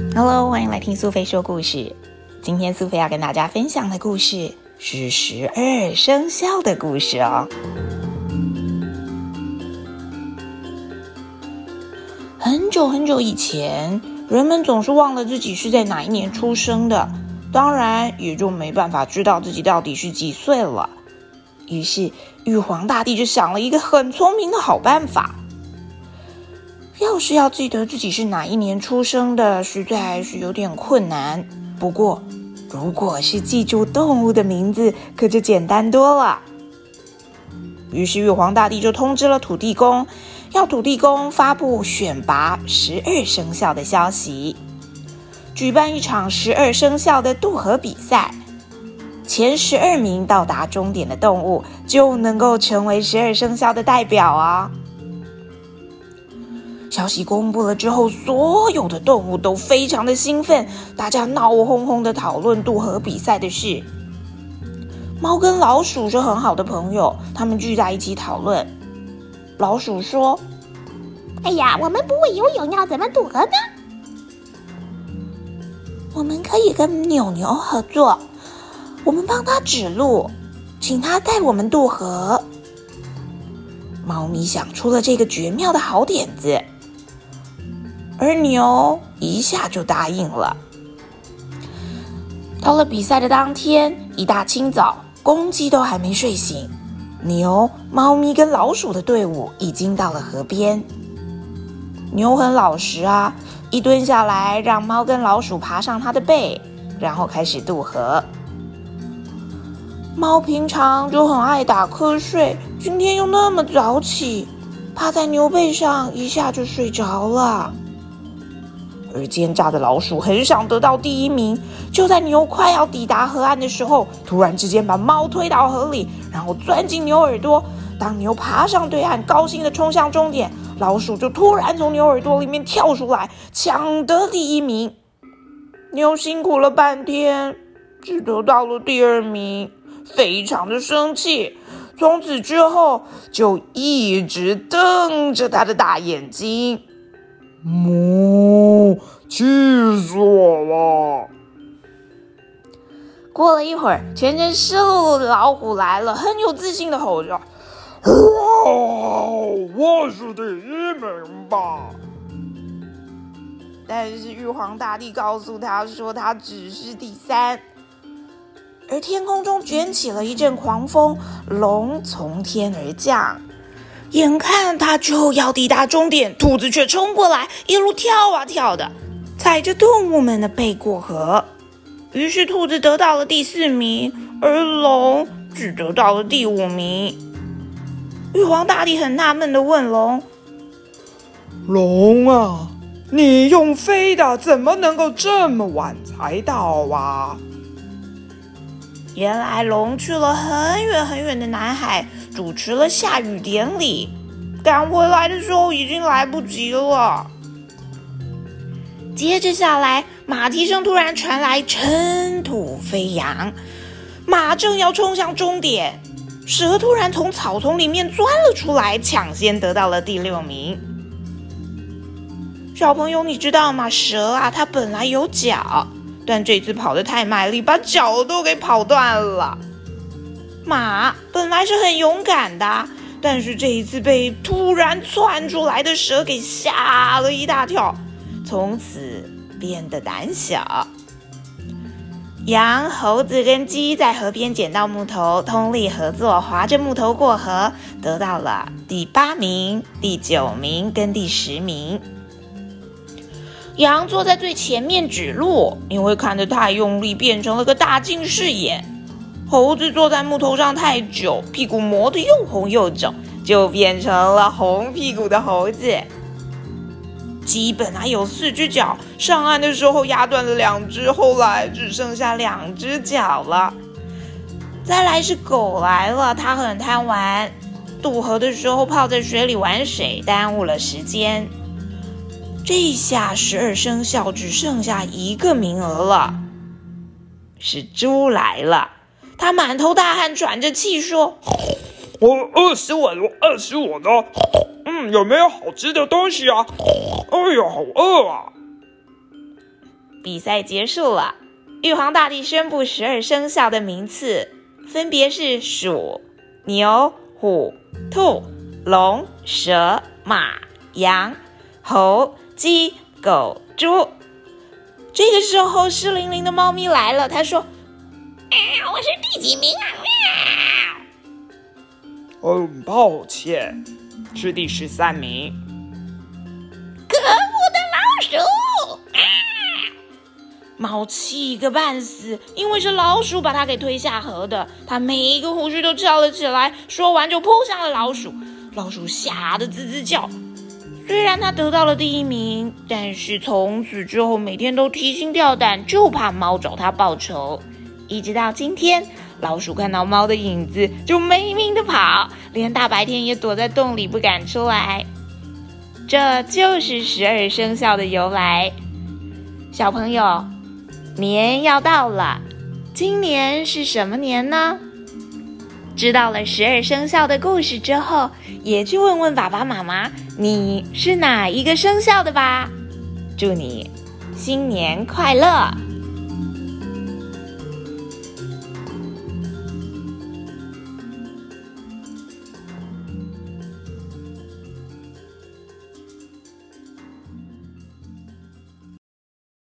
Hello， 欢迎来听苏菲说故事。今天苏菲要跟大家分享的故事是12生肖的故事哦。很久很久以前，人们总是忘了自己是在哪一年出生的，当然也就没办法知道自己到底是几岁了。于是玉皇大帝就想了一个很聪明的好办法。要是要记得自己是哪一年出生的，实在是有点困难。不过，如果是记住动物的名字，可就简单多了。于是玉皇大帝就通知了土地公，要土地公发布选拔12生肖的消息，举办一场12生肖的渡河比赛。前12名到达终点的动物，就能够成为12生肖的代表啊。消息公布了之后，所有的动物都非常的兴奋，大家闹哄哄的讨论渡河比赛的事。猫跟老鼠是很好的朋友，他们聚在一起讨论。老鼠说： 哎呀，我们不会游泳，要怎么渡河呢？ 我们可以跟牛牛合作，我们帮他指路，请他带我们渡河。猫咪想出了这个绝妙的好点子，而牛一下就答应了。到了比赛的当天，一大清早，公鸡都还没睡醒，牛、猫咪跟老鼠的队伍已经到了河边。牛很老实啊，一蹲下来，让猫跟老鼠爬上它的背，然后开始渡河。猫平常就很爱打瞌睡，今天又那么早起，趴在牛背上一下就睡着了。而奸诈的老鼠很想得到第一名，就在牛快要抵达河岸的时候，突然之间把猫推到河里，然后钻进牛耳朵。当牛爬上对岸，高兴地冲向终点，老鼠就突然从牛耳朵里面跳出来，抢得第一名。牛辛苦了半天，只得到了第2名，非常的生气。从此之后，就一直瞪着他的大眼睛。 气死我了！ 过了一会儿，全身湿漉漉的老虎来了，很有自信的吼着： 我是第1名吧！ 但是玉皇大帝告诉他说，他只是第3。而天空中卷起了一阵狂风，龙从天而降。眼看他就要抵达终点，兔子却冲过来，一路跳啊跳的，踩着动物们的背过河。于是兔子得到了第4名，而龙只得到了第5名。玉皇大帝很纳闷地问龙： 龙啊，你用飞的，怎么能够这么晚才到啊？ 原来龙去了很远很远的南海，主持了下雨典礼，赶回来的时候已经来不及了。接着下来，马蹄声突然传来，尘土飞扬，马正要冲向终点，蛇突然从草丛里面钻了出来，抢先得到了第6名。小朋友，你知道吗？蛇啊，它本来有脚，但这次跑得太卖力，把脚都给跑断了。马本来是很勇敢的，但是这一次被突然窜出来的蛇给吓了一大跳，从此变得胆小。羊、猴子跟鸡在河边捡到木头，通力合作，划着木头过河，得到了第8名、第9名跟第10名。羊坐在最前面指路，因为看得太用力，变成了个大近视眼。猴子坐在木头上太久，屁股磨得又红又肿，就变成了红屁股的猴子。鸡本来有4只脚，上岸的时候压断了2只，后来只剩下2只脚了。再来是狗来了，它很贪玩，渡河的时候泡在水里玩水，耽误了时间。这下12生肖只剩下1个名额了，是猪来了。他满头大汗，喘着气说： 我饿死我了，有没有好吃的东西啊？哎呀，好饿啊！ 比赛结束了，玉皇大帝宣布12生肖的名次，分别是鼠、牛、虎、兔、龙、蛇、马、羊、猴、鸡、狗、猪。这个时候，湿淋淋的猫咪来了，它说：“ 我是第几名啊？” 抱歉，是第13名。 可恶的老鼠！ 猫气个半死，因为是老鼠把它给推下河的。它每一个胡须都翘了起来，说完就扑向了老鼠。老鼠吓得吱吱叫。虽然它得到了第1名，但是从此之后每天都提心吊胆，就怕猫找它报仇。一直到今天，老鼠看到猫的影子就没命的跑，连大白天也躲在洞里不敢出来。这就是12生肖的由来。小朋友，年要到了，今年是什么年呢？知道了12生肖的故事之后，也去问问爸爸妈妈，你是哪一个生肖的吧？祝你新年快乐！